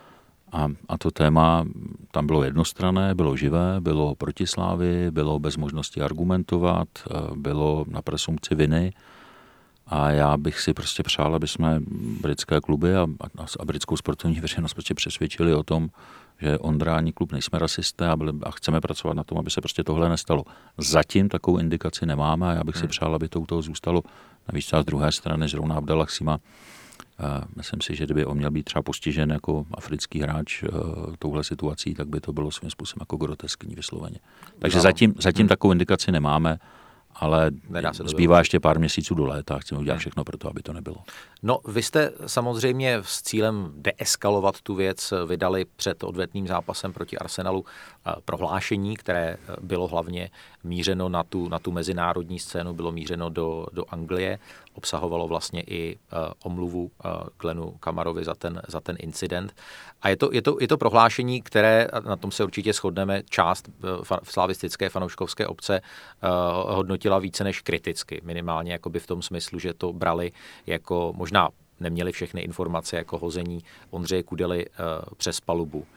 A to téma tam bylo jednostranné, bylo živé, bylo proti Slávii, bylo bez možnosti argumentovat, bylo na presumpci viny. A já bych si prostě přál, aby jsme britské kluby a britskou sportovní veřejnost prostě přesvědčili o tom, že Ondra ani klub nejsme rasisté a chceme pracovat na tom, aby se prostě tohle nestalo. Zatím takovou indikaci nemáme a já bych si přál, aby to u toho zůstalo. Navíc z druhé strany zrovna Abdallah Sima. Myslím si, že kdyby on měl být třeba postižen jako africký hráč touhle situací, tak by to bylo svým způsobem jako groteskní vysloveně. Takže zatím takovou indikaci nemáme, ale zbývá ještě pár měsíců do léta a chceme udělat všechno pro to, aby to nebylo. No, vy jste samozřejmě s cílem deeskalovat tu věc vydali před odvetným zápasem proti Arsenalu prohlášení, které bylo hlavně mířeno na tu mezinárodní scénu, bylo mířeno do Anglie, obsahovalo vlastně i omluvu Glenu Kamarovi za ten incident. A je to prohlášení, které, na tom se určitě shodneme, část slavistické fanouškovské obce hodnotila více než kriticky, minimálně jakoby v tom smyslu, že to brali jako, možná neměli všechny informace, jako hození Ondřeje Kudely přes palubu.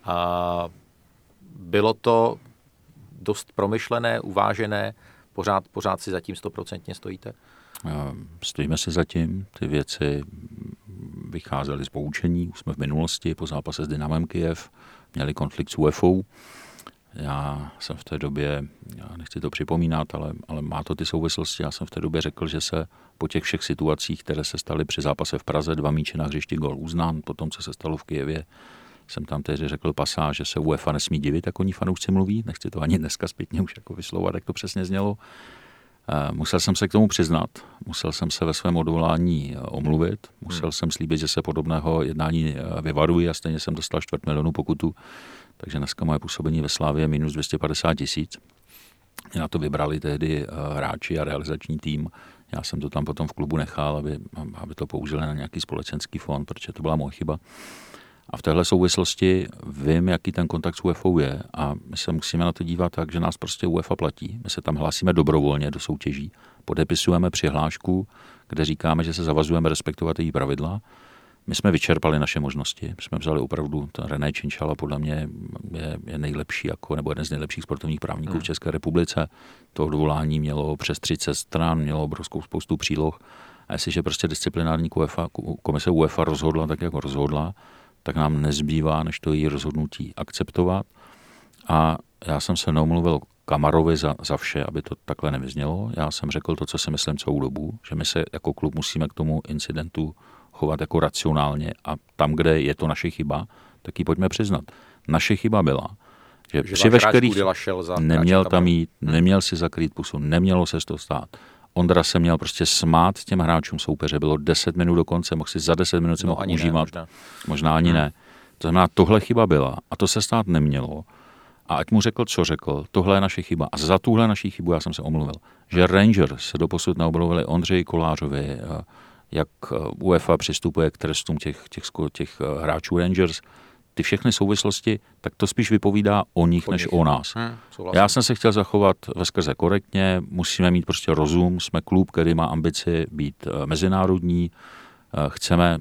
Bylo to dost promyšlené, uvážené, pořád si zatím 100% stojíte? Stojíme si zatím, ty věci vycházely z poučení, už jsme v minulosti po zápase s Dynamem Kyjev měli konflikt s UEFou. Já jsem v té době, já nechci to připomínat, ale má to ty souvislosti, já jsem v té době řekl, že se po těch všech situacích, které se staly při zápase v Praze, 2 míče na hřišti, gól uznán, po tom, co se stalo v Kyjevě, jsem tam tehdy řekl pasáž, že se UEFA nesmí divit, jak oni fanoušci mluví, nechci to ani dneska zpětně už jako vyslovovat, jak to přesně znělo. Musel jsem se k tomu přiznat, musel jsem se ve svém odvolání omluvit, musel jsem slíbit, že se podobného jednání vyvaruji a stejně jsem dostal 250 000 pokutu, takže dneska moje působení ve Slavii je minus 250 000. Na to vybrali tehdy hráči a realizační tým Já jsem to tam potom v klubu nechal, aby to použili na nějaký společenský fond, protože to byla moje chyba. A v téhle souvislosti vím, jaký ten kontakt s UEFA je a my se musíme na to dívat tak, že nás prostě UEFA platí. My se tam hlásíme dobrovolně do soutěží, podepisujeme přihlášku, kde říkáme, že se zavazujeme respektovat její pravidla. My jsme vyčerpali naše možnosti. My jsme vzali opravdu, ten René Činčala podle mě je nejlepší, nebo jeden z nejlepších sportovních právníků v České republice. To odvolání mělo přes 30 stran, mělo obrovskou spoustu příloh. A jestliže prostě disciplinární komise UEFA rozhodla tak, jak rozhodla, tak nám nezbývá, než to její rozhodnutí akceptovat. A já jsem se neomluvil Kamarovi za vše, aby to takhle nevyznělo. Já jsem řekl to, co si myslím celou dobu, že my se jako klub musíme k tomu incidentu chovat jako racionálně a tam, kde je to naše chyba, tak ji pojďme přiznat. Naše chyba byla, že při veškerých neměl tam jít, neměl si zakrýt pusu, nemělo se to stát. Ondra se měl prostě smát těm hráčům soupeře, bylo 10 minut do konce, mohl si za 10 minut si mohl užívat, možná ani ne. To znamená, tohle chyba byla a to se stát nemělo. A ať mu řekl, co řekl, tohle je naše chyba. A za tuhle naši chybu já jsem se omluvil. Že Rangers se doposud neomluvili Ondřeji Kolářovi, jak UEFA přistupuje k trestům těch hráčů Rangers, ty všechny souvislosti, tak to spíš vypovídá o nich, než o nás. Já jsem se chtěl zachovat veskrze korektně, musíme mít prostě rozum, jsme klub, který má ambici být mezinárodní, chceme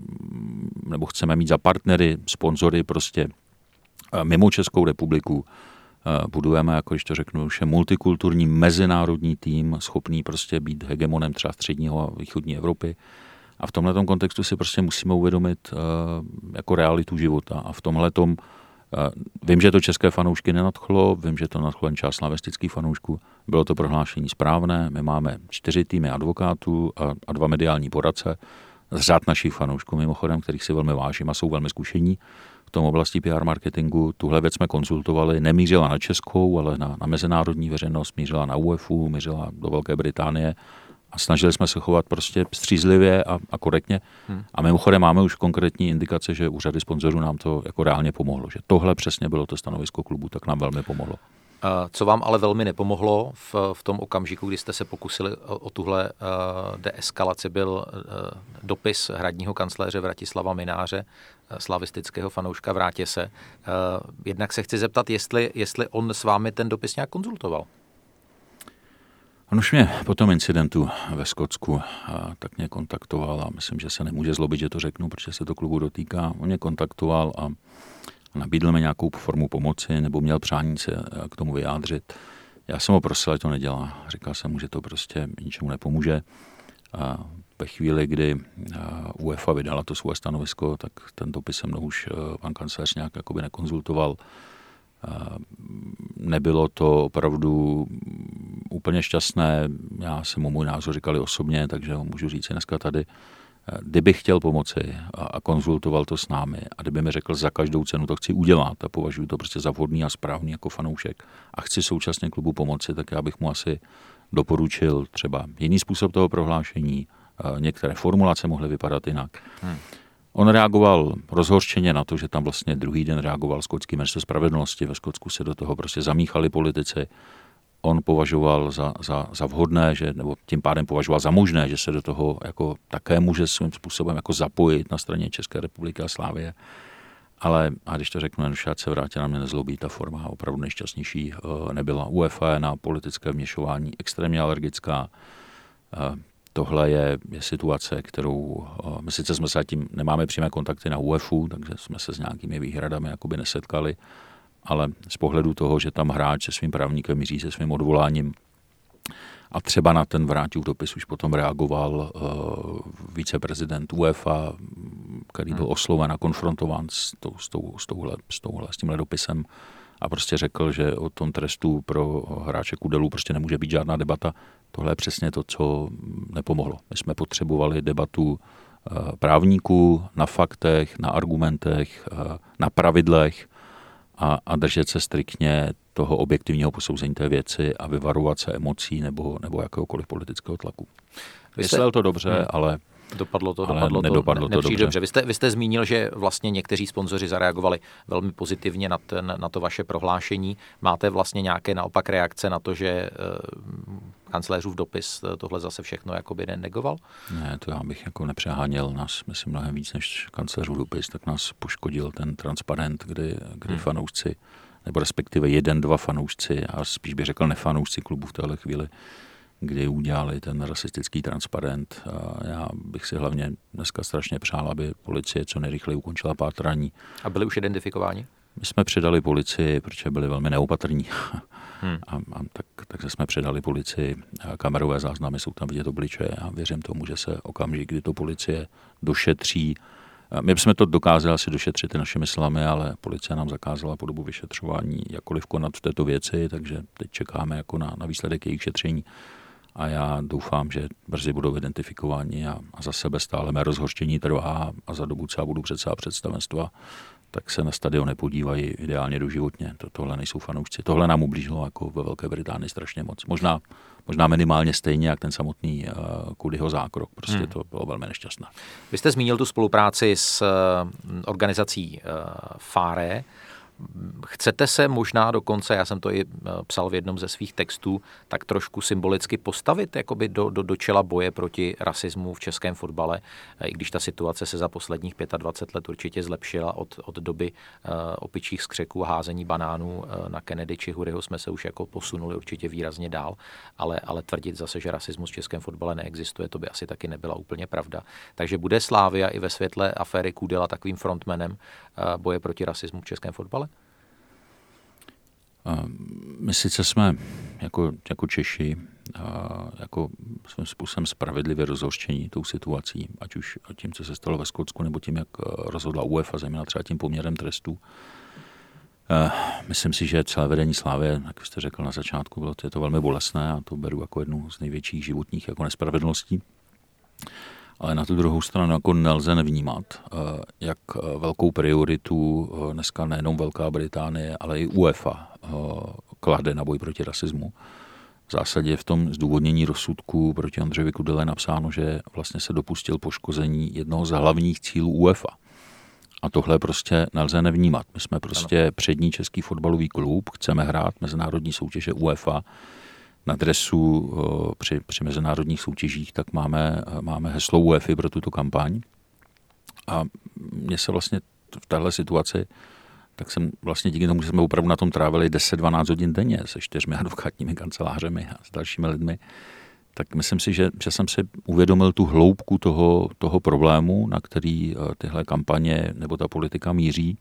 mít za partnery, sponzory prostě mimo Českou republiku. Budujeme, jako když to řeknu, už je multikulturní mezinárodní tým, schopný prostě být hegemonem třeba středního a východní Evropy. A v tomhletom kontextu si prostě musíme uvědomit jako realitu života. A v tomhletom vím, že to české fanoušky nenadchlo, vím, že to nadchlo jen část slavistických fanoušků. Bylo to prohlášení správné, my máme 4 týmy advokátů a 2 mediální poradce z řád našich fanoušků, mimochodem, kterých si velmi vážím a jsou velmi zkušení v tom oblasti PR marketingu. Tuhle věc jsme konzultovali, nemířila na českou, ale na mezinárodní veřejnost, mířila na UEFu, mířila do Velké Británie a snažili jsme se chovat prostě střízlivě a korektně. A mimochodem máme už konkrétní indikace, že u řady sponzorů nám to jako reálně pomohlo, že tohle přesně bylo to stanovisko klubu, tak nám velmi pomohlo. Co vám ale velmi nepomohlo v tom okamžiku, kdy jste se pokusili o tuhle deeskalaci, byl dopis hradního kancléře Vratislava Mináře, slavistického fanouška Vrátě se. Jednak se chci zeptat, jestli on s vámi ten dopis nějak konzultoval. On už mě po tom incidentu ve Skotsku tak mě kontaktoval a myslím, že se nemůže zlobit, že to řeknu, protože se to klubu dotýká. On mě kontaktoval a nabídl mi nějakou formu pomoci nebo měl přání se k tomu vyjádřit. Já jsem ho prosil, ať to nedělá. Říkal jsem mu, že to prostě ničemu nepomůže. A ve chvíli, kdy UEFA vydala to svoje stanovisko, tak ten dopis se mnou už pan kancléř nějak jakoby nekonzultoval. Nebylo to opravdu úplně šťastné. Já jsem mu můj názor říkali osobně, takže ho můžu říct i dneska tady. Kdyby chtěl pomoci a konzultoval to s námi a kdyby mi řekl za každou cenu to chci udělat a považuji to prostě za vhodný a správný jako fanoušek a chci současně klubu pomoci, tak já bych mu asi doporučil třeba jiný způsob toho prohlášení, některé formulace mohly vypadat jinak. On reagoval rozhořčeně na to, že tam vlastně druhý den reagoval skotský ministr spravedlnosti. Ve Skotsku se do toho prostě zamíchali politici. On považoval za vhodné, nebo tím pádem považoval za možné, že se do toho jako také může svým způsobem jako zapojit na straně České republiky a Slávie. Ale a když to řeknu, ať se vrátí, na mě nezlobí, ta forma opravdu nejšťastnější nebyla. UEFA je na politické vměšování extrémně alergická. Tohle je situace, kterou my sice jsme se tím nemáme přímé kontakty na UEFu, takže jsme se s nějakými výhradami jakoby nesetkali, ale z pohledu toho, že tam hráč se svým právníkem míří se svým odvoláním a třeba na ten Vráťův dopis už potom reagoval viceprezident UEFA, který byl osloven a konfrontován s tímhle dopisem a prostě řekl, že o tom trestu pro hráče Kudelu prostě nemůže být žádná debata. Tohle je přesně to, co nepomohlo. My jsme potřebovali debatu právníků na faktech, na argumentech, na pravidlech a držet se striktně toho objektivního posouzení té věci a vyvarovat se emocí nebo jakéhokoliv politického tlaku. Myslel to dobře, ale dopadlo to dobře. Vy jste zmínil, že vlastně někteří sponzoři zareagovali velmi pozitivně na to vaše prohlášení. Máte vlastně nějaké naopak reakce na to, že kancléřův dopis tohle zase všechno jakoby negoval? Ne, to já bych jako nepřeháněl nás, myslím mnohem víc než kancléřův dopis, tak nás poškodil ten transparent, kdy fanoušci, nebo respektive 1-2 fanoušci, a spíš bych řekl nefanoušci klubu v téhle chvíli, kdy udělali ten rasistický transparent. A já bych si hlavně dneska strašně přál, aby policie co nejrychleji ukončila pátrání. A byli už identifikováni? My jsme předali policii, protože byli velmi neopatrní. Takže jsme předali policii, kamerové záznamy jsou tam vidět obličeje a věřím tomu, že se okamžik, kdy to policie došetří. My bychom to dokázali asi došetřit našimi silami, ale policie nám zakázala po dobu vyšetřování jakkoliv konat v této věci, takže teď čekáme jako na výsledek jejich šetření. A já doufám, že brzy budou identifikováni a za sebe stále mé rozhořčení trvá a za dobu, co já budu představenstva, tak se na stadion nepodívají ideálně doživotně. Tohle nejsou fanoušci. Tohle nám ublížilo jako ve Velké Británii strašně moc. Možná minimálně stejně, jak ten samotný Codyho zákrok. Prostě to bylo velmi nešťastné. Vy jste zmínil tu spolupráci s organizací FARE. Chcete se možná dokonce, já jsem to i psal v jednom ze svých textů, tak trošku symbolicky postavit jakoby do čela boje proti rasismu v českém fotbale, i když ta situace se za posledních 25 let určitě zlepšila od doby opičích skřeků a házení banánů na Kennedy či Huryho jsme se už jako posunuli určitě výrazně dál, ale tvrdit zase, že rasismus v českém fotbale neexistuje, to by asi taky nebyla úplně pravda. Takže bude Slavia i ve světle aféry Kudela takovým frontmanem boje proti rasismu v českém fotbale? My sice jsme jako Češi jako svým způsobem spravedlivě rozhořčení tou situací, ať už tím, co se stalo ve Skotsku, nebo tím, jak rozhodla UEFA, zejména třeba tím poměrem trestů. Myslím si, že celé vedení Slavie, jak jste řekl na začátku, je to velmi bolestné a to beru jako jednu z největších životních jako nespravedlností. Ale na tu druhou stranu jako nelze nevnímat, jak velkou prioritu dneska nejenom Velká Británie, ale i UEFA klade na boj proti rasismu. V zásadě v tom zdůvodnění rozsudku proti Ondřejovi Kudele napsáno, že vlastně se dopustil poškození jednoho z hlavních cílů UEFA. A tohle prostě nelze nevnímat. My jsme prostě přední český fotbalový klub, chceme hrát mezinárodní soutěže UEFA. Na dresu při mezinárodních soutěžích, tak máme heslo UEFA pro tuto kampaň. A mně se vlastně v téhle situaci, tak jsem vlastně díky tomu, že jsme opravdu na tom trávili 10-12 hodin denně se 4 advokátními kancelářemi a s dalšími lidmi, tak myslím si, že jsem si uvědomil tu hloubku toho problému, na který tyhle kampaně nebo ta politika míří.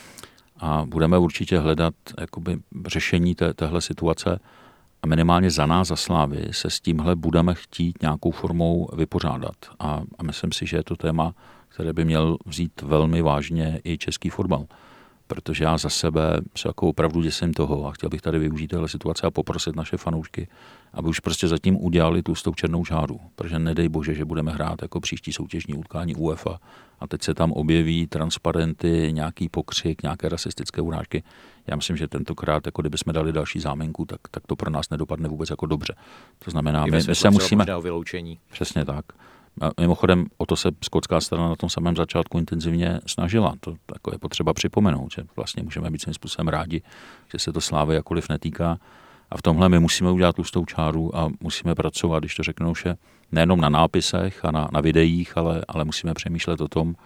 A budeme určitě hledat jakoby řešení téhle situace. A minimálně za nás, za Slávy, se s tímhle budeme chtít nějakou formou vypořádat. A myslím si, že je to téma, které by měl vzít velmi vážně i český fotbal. Protože já za sebe se jako opravdu děsím toho a chtěl bych tady využít téhle situace a poprosit naše fanoušky, aby už prostě zatím udělali tlustou černou žáru. Protože nedej bože, že budeme hrát jako příští soutěžní utkání UEFA a teď se tam objeví transparenty, nějaký pokřik, nějaké rasistické urážky. Já myslím, že tentokrát, jako kdybychom dali další záminku, tak to pro nás nedopadne vůbec jako dobře. To znamená, my se musíme... vyloučení. Přesně tak. A mimochodem, o to se skotská strana na tom samém začátku intenzivně snažila. To jako je potřeba připomenout, že vlastně můžeme být svým způsobem rádi, že se to Slávy jakkoliv netýká. A v tomhle my musíme udělat tlustou čáru a musíme pracovat, když to řeknou, že nejenom na nápisech a na videích, ale musíme přemýšlet o tom,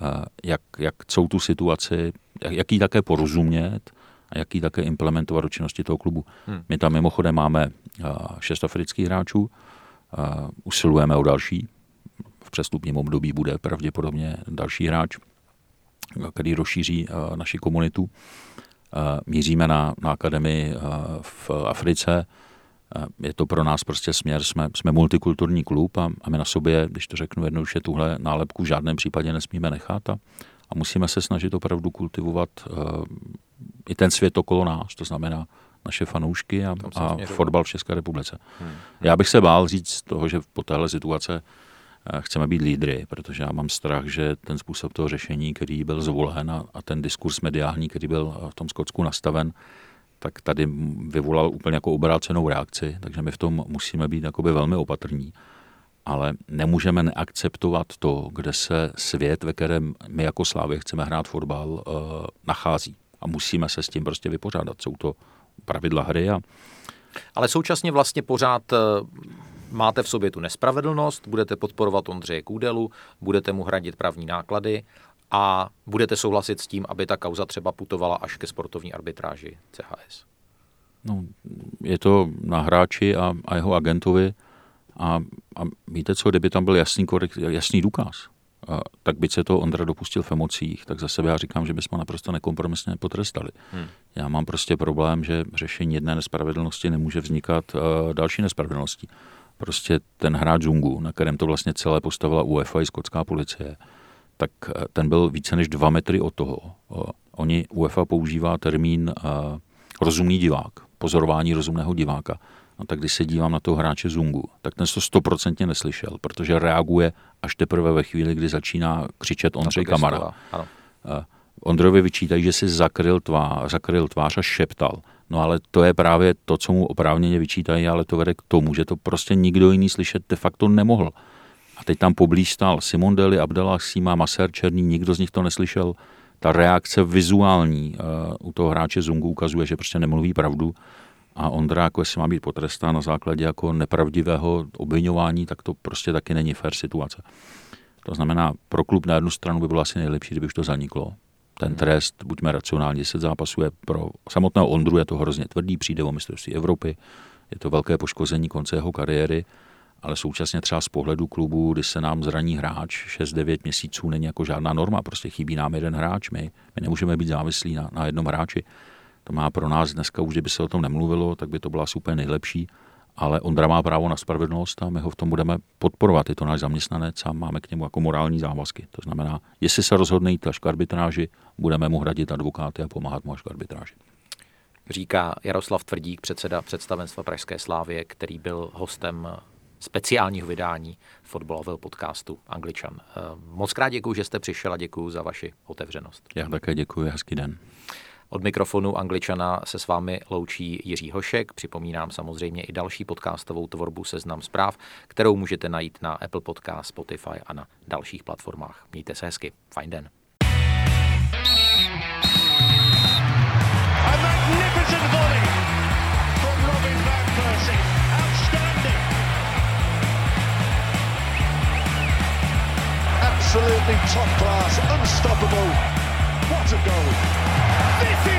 jak celou tu situaci, jak ji také porozumět a jak ji také implementovat do činnosti toho klubu. My tam mimochodem máme 6 afrických hráčů, usilujeme o další. V přestupním období bude pravděpodobně další hráč, který rozšíří naši komunitu. Míříme na akademii v Africe. Je to pro nás prostě směr. Jsme multikulturní klub a my na sobě, když to řeknu jednoduše, tuhle nálepku v žádném případě nesmíme nechat a musíme se snažit opravdu kultivovat i ten svět okolo nás, to znamená naše fanoušky a fotbal v České republice. Já bych se bál říct toho, že po téhle situace chceme být lídry, protože já mám strach, že ten způsob toho řešení, který byl zvolen a ten diskurs mediální, který byl v tom Skotsku nastaven, tak tady vyvolal úplně jako obrácenou reakci, takže my v tom musíme být jakoby velmi opatrní. Ale nemůžeme neakceptovat to, kde se svět, ve kterém my jako Slávě chceme hrát fotbal, nachází. A musíme se s tím prostě vypořádat. Jsou to pravidla hry Ale současně vlastně pořád máte v sobě tu nespravedlnost, budete podporovat Ondřeje Kůdelu, budete mu hradit právní náklady a budete souhlasit s tím, aby ta kauza třeba putovala až ke sportovní arbitráži CHS. No, je to na hráči a jeho agentovi a víte co, kdyby tam byl jasný důkaz, tak byť se to Ondra dopustil v emocích, tak za sebe já říkám, že bychom naprosto nekompromisně potrestali. Já mám prostě problém, že řešení jedné nespravedlnosti nemůže vznikat další nespravedlností. Prostě ten hráč Zungu, na kterém to vlastně celé postavila UEFA i skotská policie, tak ten byl více než 2 metry od toho. UEFA používá termín rozumný divák, pozorování rozumného diváka. No tak když se dívám na toho hráče Zungu, tak ten to 100% neslyšel, protože reaguje až teprve ve chvíli, kdy začíná křičet Ondřej Kamara. Ondrovi vyčítají, že si zakryl tvář a šeptal. No ale to je právě to, co mu oprávněně vyčítají, ale to vede k tomu, že to prostě nikdo jiný slyšet de facto nemohl. A teď tam poblíž stál Simon Daly, Abdallah Sima, Maser Černý, nikdo z nich to neslyšel. Ta reakce vizuální u toho hráče Zungu ukazuje, že prostě nemluví pravdu. A Ondra, jako jestli má být potrestán na základě jako nepravdivého obviňování, tak to prostě taky není fair situace. To znamená, pro klub na jednu stranu by bylo asi nejlepší, kdyby už to zaniklo. Ten trest, buďme racionální, 10 zápasů je pro samotného Ondru je to hrozně tvrdý, přijde o mistrovství Evropy, je to velké poškození konce jeho kariéry, ale současně třeba z pohledu klubu, když se nám zraní hráč 6-9 měsíců, není jako žádná norma, prostě chybí nám jeden hráč, my nemůžeme být závislí na jednom hráči. To má pro nás dneska už, kdyby se o tom nemluvilo, tak by to byla super nejlepší, ale Ondra má právo na spravedlnost a my ho v tom budeme podporovat. Je to náš zaměstnanec a máme k němu jako morální závazky. To znamená, jestli se rozhodne jít až k arbitráži, budeme mu hradit advokáty a pomáhat mu až k arbitráži. Říká Jaroslav Tvrdík, předseda představenstva Pražské Slávie, který byl hostem speciálního vydání fotbalového podcastu Angličan. Moc krát děkuju, že jste přišel a děkuju za vaši otevřenost. Já také děkuji, hezký den. Od mikrofonu Angličana se s vámi loučí Jiří Hošek. Připomínám samozřejmě i další podcastovou tvorbu Seznam zpráv, kterou můžete najít na Apple Podcast, Spotify a na dalších platformách. Mějte se hezky. Fajn den. Absolutely top class, unstoppable. What a goal! This is